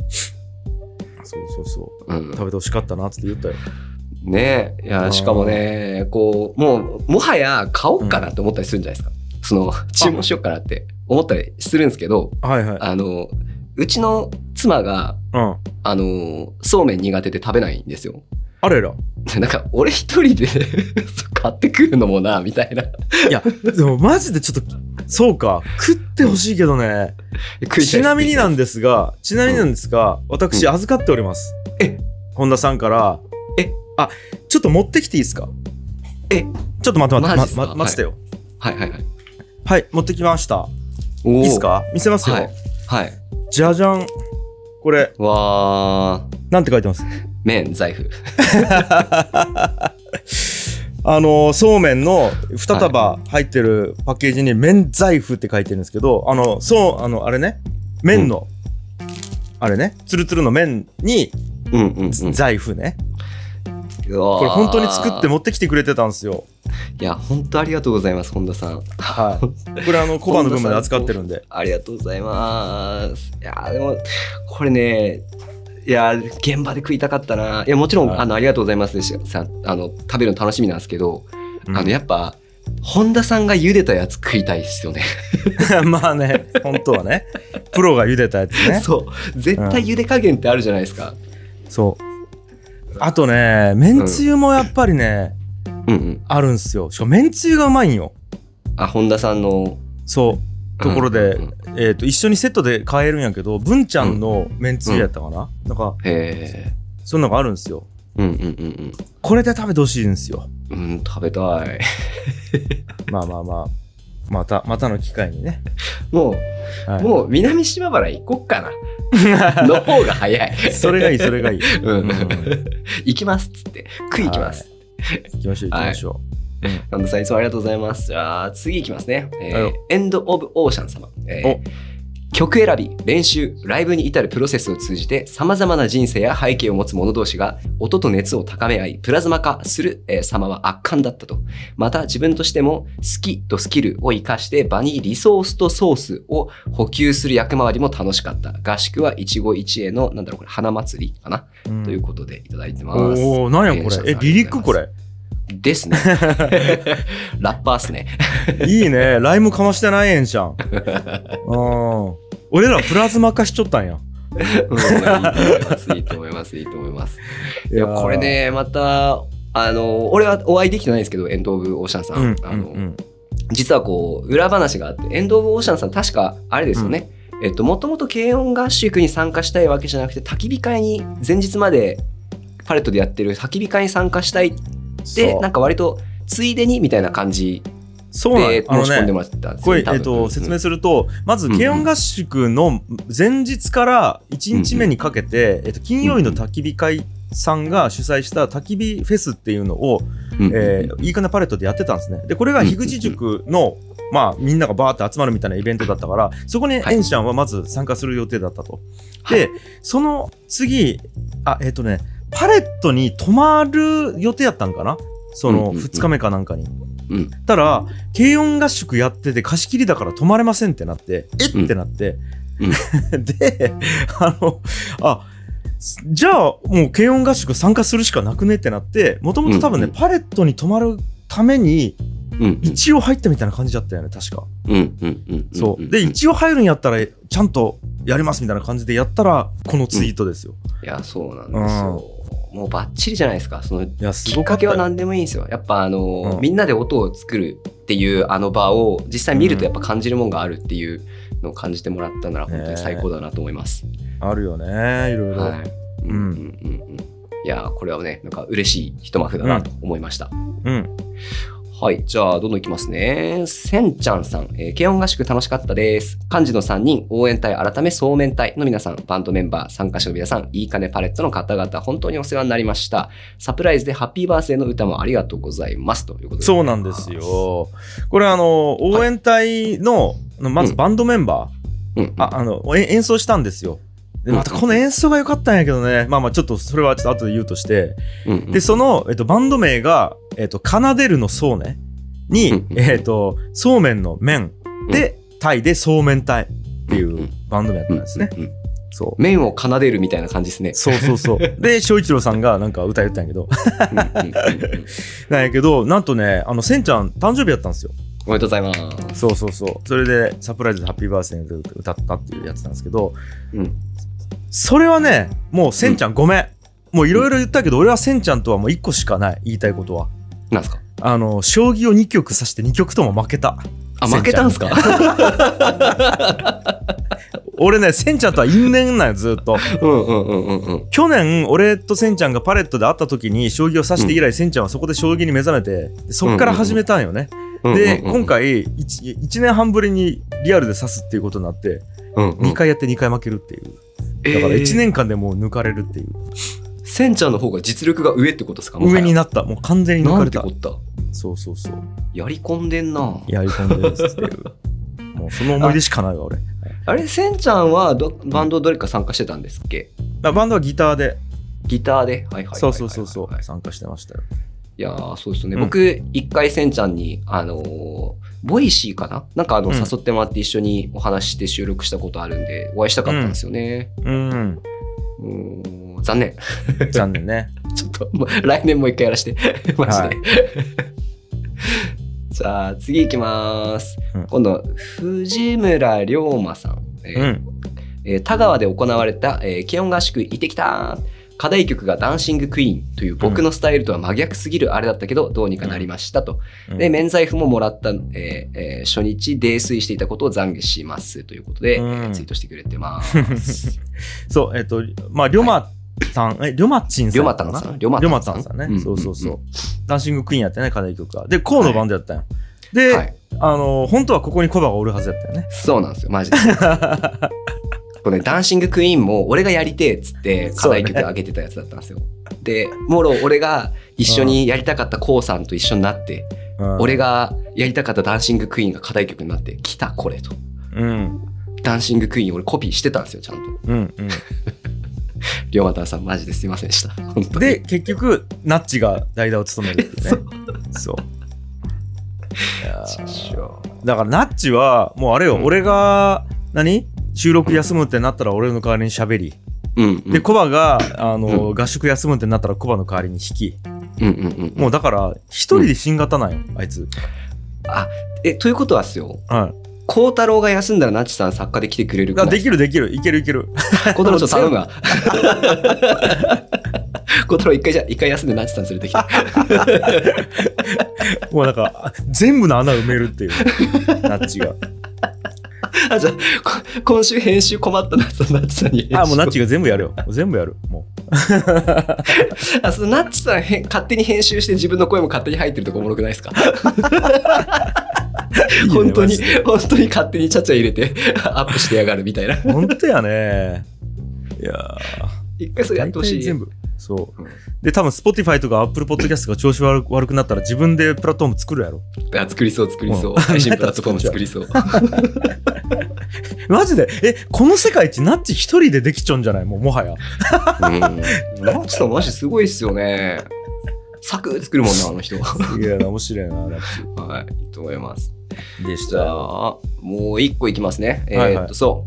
Speaker 2: そう、食べてほしかったなって言ったよ
Speaker 1: ね。いやしかもね、こうもはや買おうかなって思ったりするんじゃないですか、その注文しようかなって思ったりするんですけど、うちの妻が、そうめん苦手で食べないんですよ。
Speaker 2: あれら
Speaker 1: なんか俺一人で買って食うのもなみたいな。い
Speaker 2: やでもマジでちょっとそうか食ってほしいけどねちなみになんですが私預かっております。本田さんからちょっと持ってきていいですか。ちょっと待っててよ。はい持ってきました。いいですか、見せますよ。じゃじゃん、これ
Speaker 1: わー
Speaker 2: なんて書いてます。
Speaker 1: 麺財布
Speaker 2: そうめんの2束入ってるパッケージに麺財布って書いてるんですけど、あれね、麺の、あれね、つるつるの麺に財布ね、これ本当に作って持ってきてくれてたんですよ。
Speaker 1: いや本当ありがとうございます、本田さん。
Speaker 2: これ小判の分まで扱ってるんで
Speaker 1: ありがとうございます。いやでもこれね、いや現場で食いたかったな。いやもちろん、ありがとうございますしさ、食べるの楽しみなんですけど、やっぱ本田さんが茹でたやつ食いたいですよね
Speaker 2: まあね、本当はねプロが茹でたやつね。
Speaker 1: そう絶対茹で加減ってあるじゃないですか。
Speaker 2: そうあとね、めんつゆもやっぱりね、あるんすよ。しかもめんつゆがうまいんよ。
Speaker 1: 本田さんの
Speaker 2: ところで、一緒にセットで買えるんやけど、文ちゃんのめんつゆやったかな、なんかそんなのがあるんですよ。これで食べてほしいんですよ。
Speaker 1: 食べたい
Speaker 2: またの機会にね。
Speaker 1: もう南島原行こっかなの方が早い
Speaker 2: それがいい
Speaker 1: 行きますっつって食い行きます。
Speaker 2: 行きましょう。
Speaker 1: 神田さんいつもありがとうございます。じゃあ次行きますね。エンド・オブ・オーシャン様。曲選び、練習、ライブに至るプロセスを通じて様々な人生や背景を持つ者同士が音と熱を高め合いプラズマ化する様は圧巻だったと。また自分としても好きとスキルを生かして場にリソースとソースを補給する役回りも楽しかった。合宿は一期一会のこれ花祭りかな、ということでいただいてます。
Speaker 2: 何やこれ、リリックこれ
Speaker 1: ですねラッパーっすね
Speaker 2: いいね、ライムかましてないえんじゃん俺らプラズマ化しちょったんや
Speaker 1: いいと思いますいやこれね、また俺はお会いできてないんですけど、エンド・オブ・オーシャンさん、実は裏話があって、エンド・オブ・オーシャンさん確かあれですよね、もともと軽音合宿に参加したいわけじゃなくて、焚き火会に前日までパレットでやってる焚き火会に参加したいで、なんか割とついでにみたいな感じで申し込んでもらってたんですよね。
Speaker 2: これ、説明すると、まず軽音合宿の前日から1日目にかけて、金曜日の焚き火会さんが主催した焚き火フェスっていうのを、いいかなパレットでやってたんですね。でこれが樋口塾の、みんながバーって集まるみたいなイベントだったから、そこにエンシャンはまず参加する予定だったと。でその次パレットに泊まる予定やったんかな、その2日目かなんかに。ただ軽音合宿やってて貸し切りだから泊まれませんってなって、ってなって、でじゃあもう軽音合宿参加するしかなくねってなって、もともと多分ね、パレットに泊まるために一応入ったみたいな感じだったよね、確か。そうで、一応入るんやったらちゃんとやりますみたいな感じでやったらこのツイートですよ。
Speaker 1: いやそうなんですよ、もうバッチリじゃないですか。そのきっかけは何でもいいんですよ。やっぱみんなで音を作るっていう場を実際見るとやっぱ感じるもんがあるっていうのを感じてもらったなら本当に最高だなと思います。
Speaker 2: あるよね、いろいろ。
Speaker 1: いやこれはねなんか嬉しい一幕だなと思いました。はい、じゃあどんどんいきますね。せんちゃんさん、軽音合宿楽しかったです。幹事の3人、応援隊改め総面隊の皆さん、バンドメンバー、参加者の皆さん、いいかねパレットの方々、本当にお世話になりました。サプライズでハッピーバースデーの歌もありがとうございますということで。
Speaker 2: そうなんですよ。これ応援隊の、まずバンドメンバー、演奏したんですよ。でまたこの演奏が良かったんやけどね、まあちょっとそれはちょっと後で言うとして、でその、バンド名が、奏でるのそうねに、そうめんの麺で、タイでそうめん隊っていうバンド名やったんですね。
Speaker 1: そう麺を奏でるみたいな感じですね。
Speaker 2: そうで翔一郎さんがなんか歌言ったんやけどなんやけど、なんとねせんちゃん誕生日やったんですよ。
Speaker 1: おめでとうございます。
Speaker 2: それでサプライズでハッピーバースデーで歌ったっていうやつなんですけど、それはねもうせんちゃんごめん、もういろいろ言ったけど、俺はせんちゃんとはもう1個しかない言いたいことは。
Speaker 1: なんすか？
Speaker 2: 将棋を2局指して2局とも負けた。
Speaker 1: 負けたんすか？
Speaker 2: 俺ねせんちゃんとは因縁なんよずっと。去年俺とせんちゃんがパレットで会った時に将棋を指して以来、せんちゃんはそこで将棋に目覚めて、そっから始めたんよね。で今回 1年半ぶりにリアルで指すっていうことになって、2回やって2回負けるっていう。だから1年間でもう抜かれるっていう。
Speaker 1: せんちゃんの方が実力が上ってことですか？
Speaker 2: 上になった。もう完全に抜かれた。
Speaker 1: なんてこった。
Speaker 2: そう
Speaker 1: やり込んでんな。
Speaker 2: やり込んでるっていう。もうその思い出しかないわ俺。
Speaker 1: あれせんちゃんはバンドどれか参加してたんですっけ？
Speaker 2: バンドはギターで。
Speaker 1: そう
Speaker 2: 参加してましたよ。
Speaker 1: いやそうですね、僕一回せんちゃんにボイシーかななんか誘ってもらって一緒にお話して収録したことあるんでお会いしたかったんですよね。残念
Speaker 2: ね。
Speaker 1: ちょっと来年もう一回やらしてマジで、じゃあ次いきます、今度藤村龍馬さん、田川で行われた、軽音合宿行ってきた。課題曲がダンシングクイーンという僕のスタイルとは真逆すぎるあれだったけどどうにかなりましたと。で免罪符ももらった、初日泥酔していたことを懺悔しますということで、ツイートしてくれてます
Speaker 2: そうまあ龍馬さん龍馬ちんさん
Speaker 1: 龍馬さん
Speaker 2: ね。そうダンシングクイーンやったね課題曲が。でコウのバンドやったよ。で、本当はここにコバがおるはずやったよね。
Speaker 1: そうなんですよマジでこれダンシングクイーンも俺がやりてえっつって課題曲上げてたやつだったんですよ。でもろ俺が一緒にやりたかったコウさんと一緒になって、俺がやりたかったダンシングクイーンが課題曲になって来たこれと、ダンシングクイーン俺コピーしてたんですよちゃんと。龍馬さんマジですいませんでした。
Speaker 2: で結局ナッチが代打を務めるっていうね。そうだからナッチはもうあれよ、俺が収録休むってなったら俺の代わりに喋り、でコバが合宿休むってなったらコバの代わりに弾き、もうだから一人で新型なんよ、あいつ。
Speaker 1: ということはですよ、孝太郎が休んだらナッチさん作家で来てくれるか。
Speaker 2: できるいける
Speaker 1: 孝太郎ちょっと頼むわ孝太郎一回休んでナッチさん連れてきて
Speaker 2: もうなんか全部の穴埋めるっていうナッチが
Speaker 1: じゃあ今週編集困ったな、そのナッチさんに編集。
Speaker 2: もうナッチが全部やるよ。全部やるもう
Speaker 1: そのナッチさん勝手に編集して自分の声も勝手に入ってるとこおもろくないですか本当に勝手にちゃちゃ入れてアップしてやがるみたいな。
Speaker 2: 本当やね。いや
Speaker 1: 一回それやってほしい。
Speaker 2: 全部そう、で多分 Spotify とか Apple Podcast が調子悪くなったら自分でプラットフォーム作るやろ。
Speaker 1: 作りそう配信プラットフォーム作りそう
Speaker 2: マジでこの世界一ナッチ一人でできちゃうんじゃない？もはや
Speaker 1: ナッチさんマジすごいっすよね。 サクッ作るもんな、あの人。
Speaker 2: いや、面白いな、ラッ
Speaker 1: プ。はい、いいと思います。
Speaker 2: でした。
Speaker 1: じゃあ、もう一個いきますね。そう。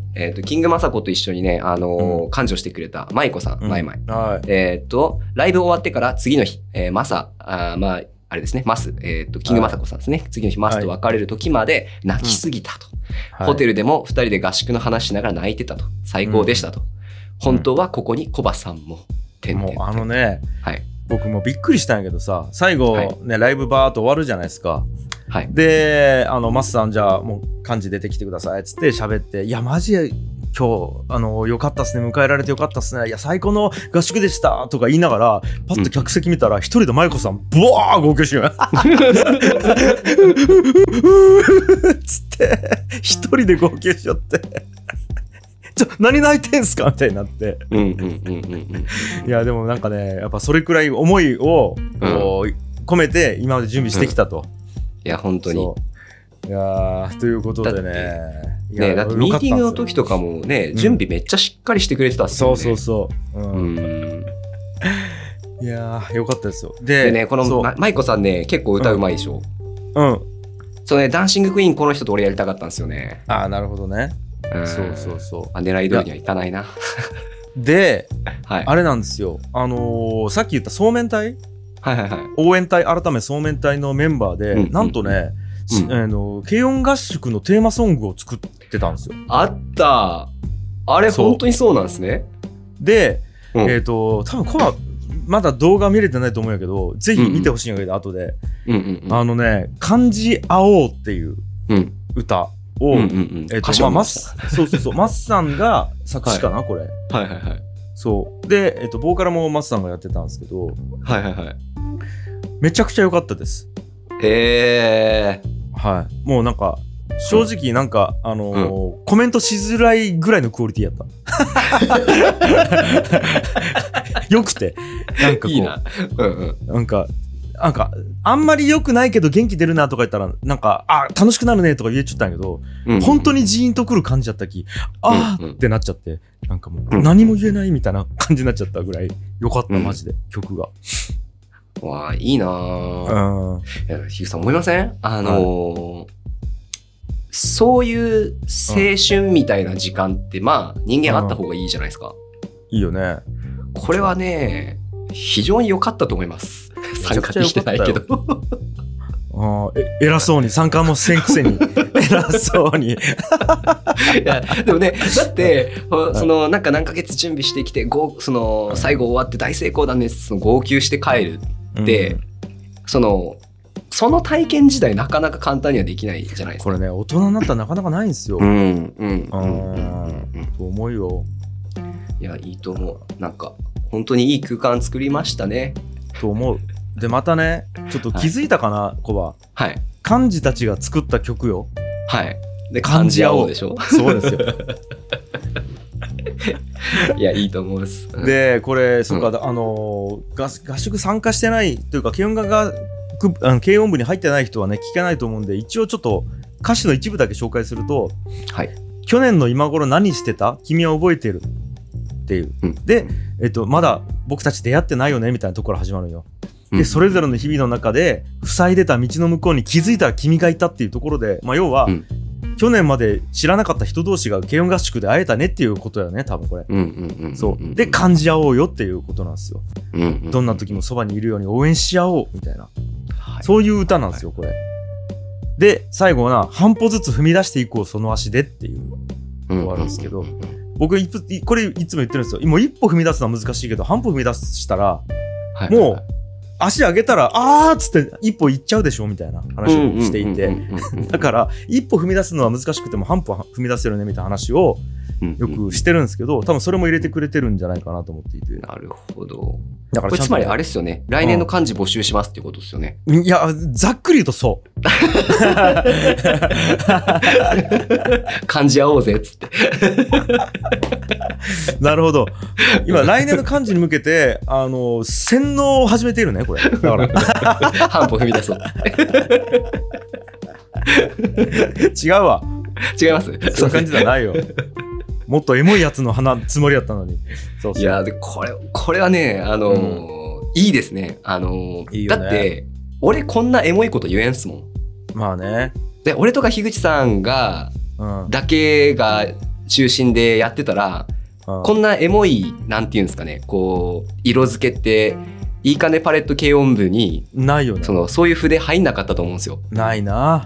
Speaker 1: キングマサコと一緒にね、幹事をしてくれたマイコさん、マイ。ライブ終わってから次の日、あれですね、マス、キングマサコさんですね。次の日、マスと別れる時まで泣きすぎたと。ホテルでも2人で合宿の話しながら泣いてたと。最高でしたと。本当はここにコバさんも。
Speaker 2: もう僕もびっくりしたんやけどさ、最後ね、ライブバーっと終わるじゃないですか。で、マスさんじゃあもう幹事出てきてくださいっつって喋って、いやマジで今日よかったっすね、迎えられてよかったっすね、いや最高の合宿でしたとか言いながらパッと客席見たら一人でマイコさんブワー号泣しようつって一人で号泣しよって何泣いてんすかみたいになって、いやでもなんかね、やっぱそれくらい思いを込めて今まで準備してきたと。
Speaker 1: いや本当に。
Speaker 2: いやということでね。
Speaker 1: だってミーティングの時とかもね、準備めっちゃしっかりしてくれてたっすよね。
Speaker 2: そう。いやよかったですよ。
Speaker 1: でね、このマイコさんね、結構歌うまいでしょ。そうね、ダンシングクイーンこの人と俺やりたかったんですよね。
Speaker 2: ああ、なるほどね。そう。
Speaker 1: 狙い通りにはいかないな。
Speaker 2: で、あれなんですよ。さっき言ったそうめん隊、応援隊改めそうめん隊のメンバーで、なんとね、軽音合宿のテーマソングを作ってたんですよ。
Speaker 1: あった。あれ本当にそうなんですね。
Speaker 2: で、多分まだ動画見れてないと思うんやけど、ぜひ見てほしいんやけど、後で。漢字青っていう歌を、マスさんが作詞かな、これ。そうで、ボーカルもマスさんがやってたんですけど、めちゃくちゃ良かったです。もうなんか正直なんかコメントしづらいぐらいのクオリティやったよくて、なんかこういいな、なんかあんまり良くないけど元気出るなとか言ったらなんか楽しくなるねとか言えちゃったんやけど、本当にジーンとくる感じだったきってなっちゃって、なんかもう何も言えないみたいな感じになっちゃったぐらい良かった、マジで曲が。
Speaker 1: わあ、いいなぁ。ヒューさん思いません？そういう青春みたいな時間ってまあ人間あった方がいいじゃないですか。
Speaker 2: いいよね。
Speaker 1: これはね、非常に良かったと思います。参加してないけど。
Speaker 2: 偉そうに参加もせんくせに偉そうに。い
Speaker 1: やでもね、だってそのなんか何ヶ月準備してきてその最後終わって大成功だねってその号泣して帰るって、その体験自体なかなか簡単にはできないじゃないですか。
Speaker 2: これね、大人になったらなかなかないんですよ。と思うよ。
Speaker 1: いや、いいと思う。なんか本当にいい空間作りましたね。
Speaker 2: と思う。でまたね、ちょっと気づいたかな、コバ。幹事たちが作った曲よ。
Speaker 1: で漢字青でしょ。
Speaker 2: そうですよ。
Speaker 1: いや、いいと思うんです。
Speaker 2: でこれそうか、合宿参加してないというか軽音部に入ってない人はね聞けないと思うんで、一応ちょっと歌詞の一部だけ紹介すると、去年の今頃何してた？君は覚えてるっていう、で、まだ僕たち出会ってないよねみたいなところ始まるよ。でそれぞれの日々の中で塞いでた道の向こうに気づいたら君がいたっていうところで、要は、去年まで知らなかった人同士が軽音合宿で会えたねっていうことだよね、多分これ。そうで感じ合おうよっていうことなんですよ。どんな時もそばにいるように応援し合おうみたいな、そういう歌なんですよこれ。で最後は半歩ずつ踏み出していこうその足でっていう終わるんですけど、僕これいつも言ってるんですよ。もう一歩踏み出すのは難しいけど、半歩踏み出したら、もう足上げたらっつって一歩行っちゃうでしょみたいな話をしていて、だから一歩踏み出すのは難しくても半歩踏み出せるねみたいな話をよくしてるんですけど、多分それも入れてくれてるんじゃないかなと思っていて。
Speaker 1: なるほど。
Speaker 2: だから
Speaker 1: これつまりあれですよね、来年の漢字募集しますっていうことですよね。
Speaker 2: いやざっくり言うとそう
Speaker 1: 漢字合おうぜっつって
Speaker 2: なるほど。今来年の漢字に向けて洗脳を始めているねこれ。だから
Speaker 1: 半歩踏み出そう
Speaker 2: 違うわ。
Speaker 1: 違います。
Speaker 2: そういう感じじゃないよ。もっとエモいやつのつもりだったのに。
Speaker 1: いやでこれはねいいですね。
Speaker 2: いいよね。
Speaker 1: だって俺こんなエモいこと言えんすもん。
Speaker 2: まあね。
Speaker 1: で俺とか樋口さんが、だけが中心でやってたら、こんなエモいなんていうんですかね、こう色付けっていいかねパレット軽音部に
Speaker 2: ないよね。
Speaker 1: そういう筆入んなかったと思うんですよ。
Speaker 2: ないな。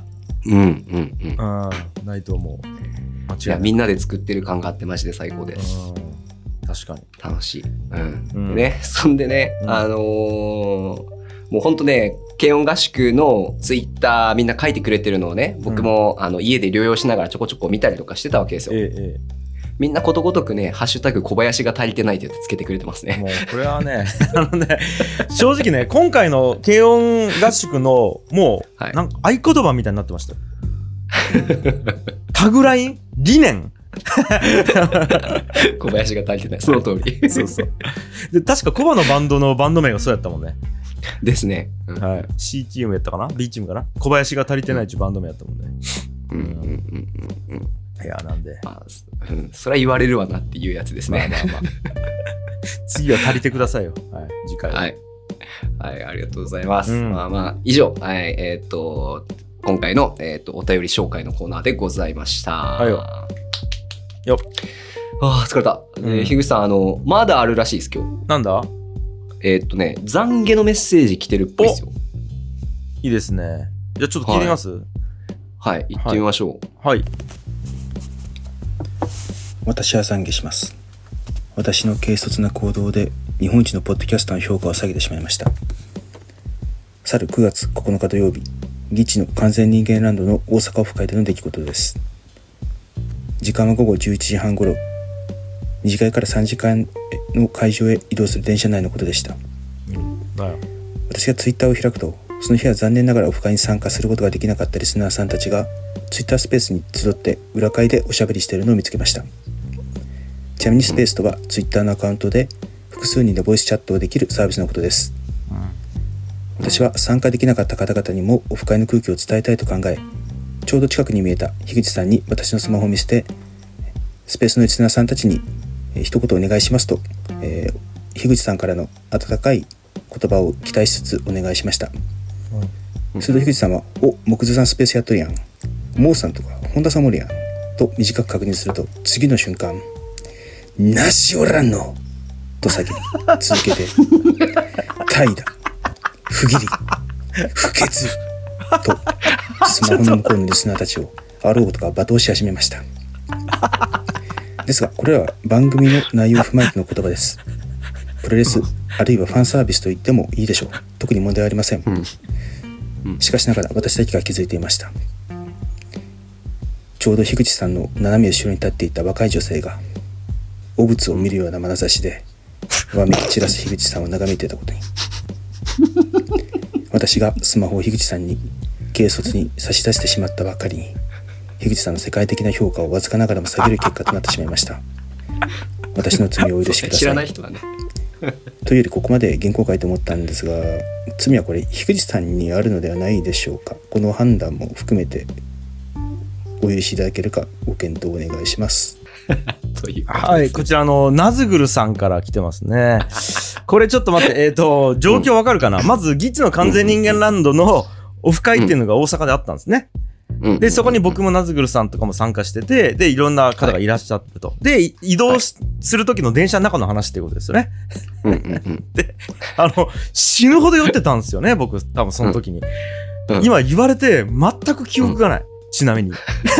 Speaker 2: ないと思う。間違いない。いや
Speaker 1: みんなで作ってる感があってマジで最高です。
Speaker 2: 確かに
Speaker 1: 楽しい。でね、そんでね、もうほんとね、軽音合宿のツイッターみんな書いてくれてるのをね、僕も家で療養しながらちょこちょこ見たりとかしてたわけですよ。みんなことごとくね、ハッシュタグ小林が足りてないって言ってつけてくれてますね。も
Speaker 2: うこれはね、正直ね、今回の軽音合宿のもう、なんか合言葉みたいになってました。タグライン理念
Speaker 1: 小林が足りてない。その通り。
Speaker 2: そうそう。で、確かコバのバンドのバンド名がそうやったもんね。
Speaker 1: ですね。
Speaker 2: はい。C チームやったかな ?B チームかな小林が足りてないっていうバンド名やったもんね。いや、なんで。
Speaker 1: それは言われるわなっていうやつですね。
Speaker 2: 次は足りてくださいよ。はい。次回は。
Speaker 1: はい。はい、ありがとうございます。以上、はい、今回の、お便り紹介のコーナーでございました。
Speaker 2: はいよ。
Speaker 1: 疲れた。樋口さん、まだあるらしいです、今日。
Speaker 2: なんだ？
Speaker 1: 懺悔のメッセージ来てるっぽいですよ。
Speaker 2: いいですね。じゃあちょっと聞いてみます？
Speaker 1: はい、行ってみましょ
Speaker 2: う。はい。
Speaker 3: 私は懺悔します。私の軽率な行動で日本一のポッドキャスターの評価を下げてしまいました。去る9月9日土曜日、ギチの完全人間ランドの大阪オフ会での出来事です。時間は午後11時半頃、2次会から3次会の会場へ移動する電車内のことでした。私がツイッターを開くと、その日は残念ながらオフ会に参加することができなかったリスナーさんたちがツイッタースペースに集って裏会でおしゃべりしているのを見つけました。ちなみにスペースとはツイッターのアカウントで複数人でボイスチャットをできるサービスのことです。私は参加できなかった方々にもオフ会の空気を伝えたいと考え、ちょうど近くに見えた樋口さんに私のスマホを見せて、スペースのリスナーさんたちに一言お願いしますと、樋口さんからの温かい言葉を期待しつつお願いしました。すると樋口さんは、木造さんスペースやっとるやん、モーさんとか本田さんもおるやんと短く確認すると、次の瞬間、なしおらんのと叫び続けて、怠惰、不義理、不潔とスマホの向こうのリスナーたちをあろうことか罵倒し始めました。ですがこれらは番組の内容を踏まえての言葉です。プロレスあるいはファンサービスと言ってもいいでしょう。特に問題はありません。しかしながら私だけが気づいていました。ちょうど樋口さんの斜め後ろに立っていた若い女性が汚物を見るような眼差しでわめき散らす樋口さんを眺めていたことに、私がスマホを樋口さんに軽率に差し出してしまったばかりに、樋口さんの世界的な評価をわずかながらも下げる結果となってしまいました。私の罪をお許しください。
Speaker 1: 知らない人はね
Speaker 3: というよりここまで原稿書いて思ったんですが、罪はこれ樋口さんにあるのではないでしょうか。この判断も含めてお許しいただけるかご検討お願いします
Speaker 2: はい、こちらナズグルさんから来てますね。これちょっと待って、状況わかるかな。まずギチの完全人間ランドのオフ会っていうのが大阪であったんですね。でそこに僕もナズグルさんとかも参加してて、でいろんな方がいらっしゃってと、で移動する時の電車の中の話っていうことですよね。で死ぬほど酔ってたんですよね、僕多分その時に。今言われて全く記憶がない。ちなみに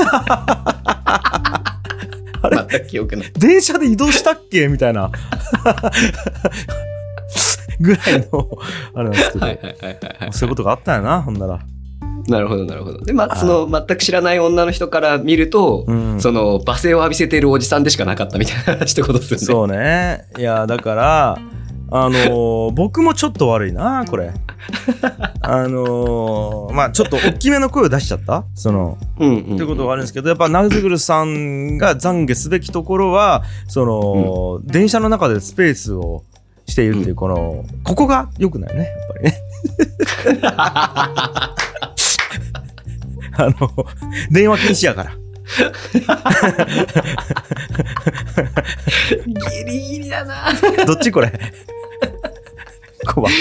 Speaker 2: あれ
Speaker 1: 全く記憶ない。
Speaker 2: 電車で移動したっけみたいなぐらいのあれなんですけど、そういうことがあったんやな、ほんなら。
Speaker 1: なるほどなるほど。でその全く知らない女の人から見ると、その罵声を浴びせているおじさんでしかなかったみたいな話ってことですよね。
Speaker 2: そうね。いやだから僕もちょっと悪いなこれ。まあちょっと大きめの声を出しちゃったっていうことがあるんですけど、やっぱナズグルさんが懺悔すべきところは電車の中でスペースをしているっていうここが良くないね、やっぱりね。電話禁止やから。
Speaker 1: ギリギリだな。
Speaker 2: どっちこれ。 コバ。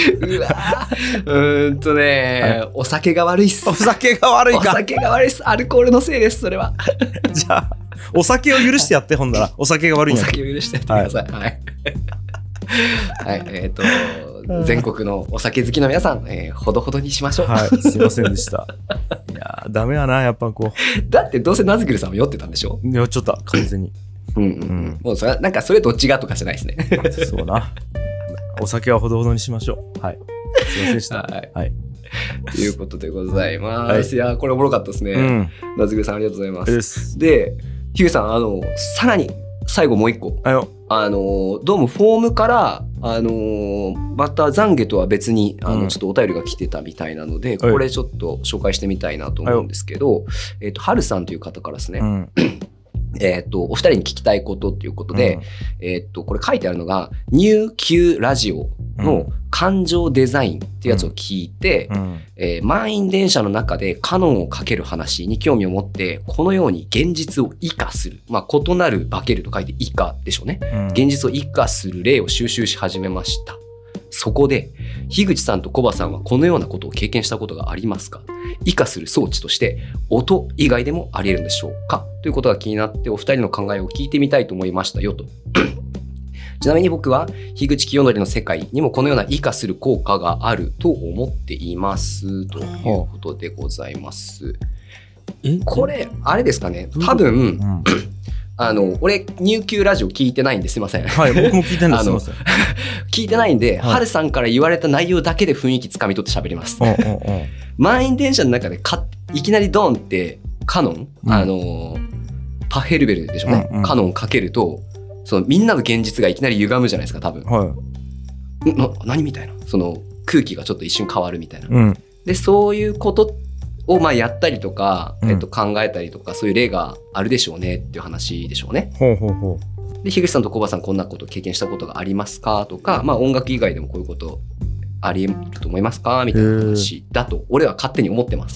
Speaker 1: お酒が悪いっす。
Speaker 2: お酒が悪いか。
Speaker 1: お酒が悪いっす。アルコールのせいです、それは。
Speaker 2: じゃあ、お酒を許してやって、ほんなら。お酒が悪いんや。
Speaker 1: お酒を許してやってください。はい。はい、全国のお酒好きの皆さん、ほどほどにしましょう。
Speaker 2: はい、すいませんでした。いやダメやな、やっぱこう。
Speaker 1: だってどうせナズグルさんも酔ってたんでしょ？
Speaker 2: 酔っちゃった、完全に。
Speaker 1: もうそれなんかそれどっちがとかじゃないですね。
Speaker 2: そうな。お酒はほどほどにしましょう。はい。すいませんでした。はい。
Speaker 1: ということでございます。いやこれおもろかったですね。ナズグルさんありがとうございます。で、ヒューさんさらに最後もう一個。どうもフォームからまた懺悔とは別にちょっとお便りが来てたみたいなので、これちょっと紹介してみたいなと思うんですけど、はるさんという方からですね、お二人に聞きたいことっていうことで、これ書いてあるのがニュー Q ラジオの感情デザインっていうやつを聞いて、満員電車の中でカノンをかける話に興味を持って、このように現実を異化する、異なる化けると書いて異化でしょうね、現実を異化する例を収集し始めました。そこで樋口さんとコバさんはこのようなことを経験したことがありますか？異化する装置として音以外でもあり得るんでしょうか？ということが気になって、お二人の考えを聞いてみたいと思いましたよと。ちなみに僕は樋口清則の世界にもこのような異化する効果があると思っていますということでございます。これあれですかね、多分、俺ニュー Q ラジオ聞いてないんですいません。
Speaker 2: はい、僕も聞いてないんです。
Speaker 1: 聞いてないんで、はるさんから言われた内容だけで雰囲気つかみ取って喋ります。満員電車の中でいきなりドーンってカノン、パヘルベルでしょうね、カノンかけると、そのみんなの現実がいきなり歪むじゃないですか、多分。何みたいな、その空気がちょっと一瞬変わるみたいな。でそういうことをやったりとか、考えたりとか、そういう例があるでしょうねっていう話でしょうね。で樋口さんとコバさんこんなこと経験したことがありますかとか、音楽以外でもこういうことあり得ると思いますかみたいな話だと俺は勝手に思ってます。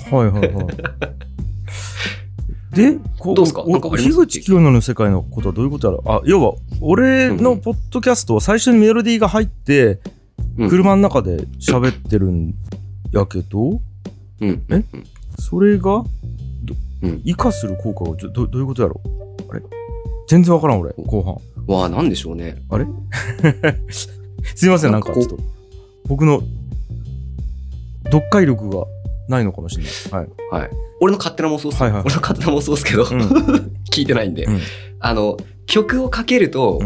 Speaker 2: で
Speaker 1: どうですか？なんかあります？
Speaker 2: 樋口清則の世界のことはどういうことやろ？要は俺のポッドキャストは最初にメロディーが入って、車の中で喋ってるんやけど、それが異化する効果がどういうことやろ？あれ全然わからん俺、後半。
Speaker 1: わあ、なんでしょうね。
Speaker 2: あれすいません、なんかちょっと僕の読解力がないのかもしれない。
Speaker 1: はい。俺の勝手な妄想です。俺の勝手な妄想ですけど、聞いてないんで、曲をかけると、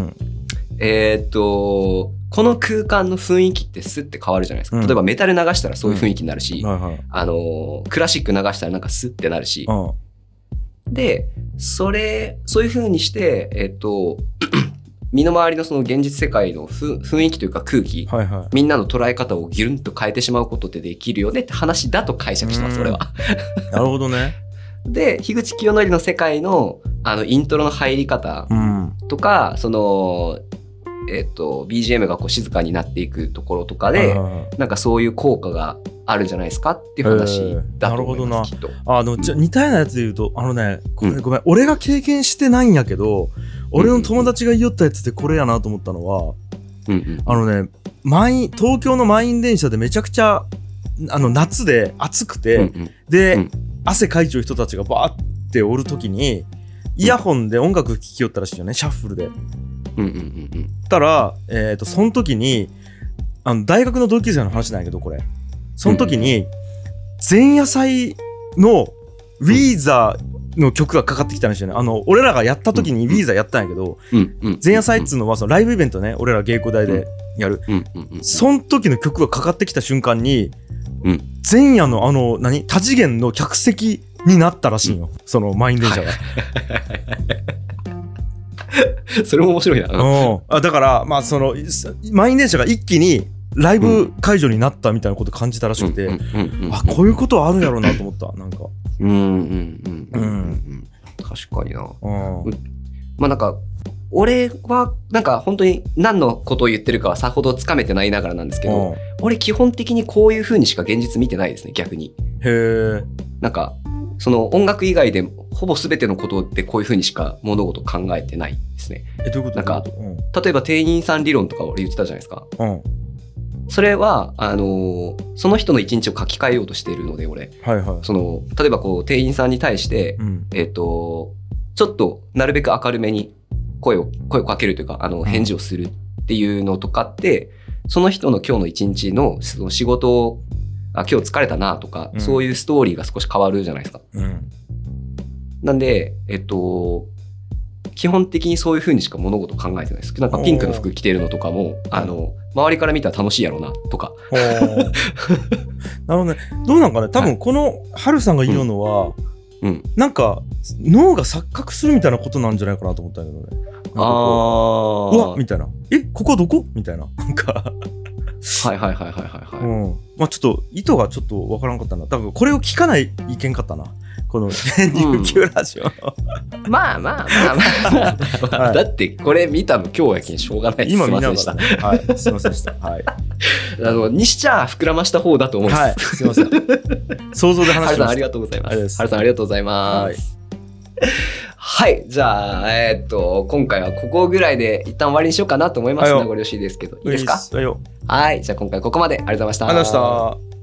Speaker 1: この空間の雰囲気ってスッて変わるじゃないですか。例えばメタル流したらそういう雰囲気になるし、クラシック流したらなんかスッてなるし、でそういう風にして身の回りのその現実世界の雰囲気というか空気、みんなの捉え方をギュルンと変えてしまうことってできるよねって話だと解釈してます、俺は。
Speaker 2: なるほどね。
Speaker 1: で樋口清則の世界のイントロの入り方とか、そのBGM がこう静かになっていくところとかで、なんかそういう効果があるんじゃないですかっていう話だと思います。きっと
Speaker 2: じゃ似たようなやつで言うとごめん、俺が経験してないんやけど、俺の友達が言いよったやつでこれやなと思ったのは、東京の満員電車でめちゃくちゃ夏で暑くて、で、汗かいちゃう人たちがバーっておるときにイヤホンで音楽聴きよったらしいよね、シャッフルで。たら、その時に大学の同級生の話なんやけど、これその時に前夜祭のウィーザーの曲がかかってきたんですよね。俺らがやった時にウィーザーやったんやけど、前夜祭っつうのはそのライブイベントね、俺ら芸妓台でやる、その時の曲がかかってきた瞬間に、前夜の多次元の客席になったらしいよ、その満員電車が。
Speaker 1: それも面白いな。
Speaker 2: だからその満員電車が一気にライブ会場になったみたいなこと感じたらしくて、こういうことはあるんやろうなと思った。なんか
Speaker 1: 確かにな。なんか俺はなんか本当に何のことを言ってるかはさほどつかめてないながらなんですけど、俺基本的にこういう風にしか現実見てないですね、逆に。なんかその音楽以外でほぼ全てのことでこういう風にしか物事を考えてないですね。
Speaker 2: どういうこと？
Speaker 1: なんか例えば店員さん理論とか俺言ってたじゃないですか。 それはその人の一日を書き換えようとしているので俺、
Speaker 2: はいはい、
Speaker 1: 例えばこう店員さんに対して、ちょっとなるべく明るめに声をかけるというか返事をするっていうのとかって、その人の今日の一日のその仕事を今日疲れたなとか、そういうストーリーが少し変わるじゃないですか。なんで基本的にそういう風にしか物事考えてないです。なんかピンクの服着てるのとかも周りから見たら楽しいやろうなとか。
Speaker 2: なるほどね。どうなんかね、多分このハルさんが言うのは、なんか脳が錯覚するみたいなことなんじゃないかなと思ったんだけどね。うわみたいな、ここどこみたいな、なんか
Speaker 1: はい、
Speaker 2: まあちょっと意図がちょっとわからんかったな。多分これを聞かないいけんかったな、この琉球ラジオ、
Speaker 1: まあ、だってこれ見たの今日やけんしょうがないです。
Speaker 2: 今見ながら、ね、はい、すいませんでした。はい。
Speaker 1: にしちゃ膨らました方だと思います。
Speaker 2: はい、すいません。想像で話しました。
Speaker 1: ハルさんありがとうございます。ハルさんありがとうございます。はい、じゃあ今回はここぐらいで一旦終わりにしようかなと思います。名残惜しいですけど、いいですか？はい、じゃあ今回ここまでありがとうございました。
Speaker 2: ありがとうございました。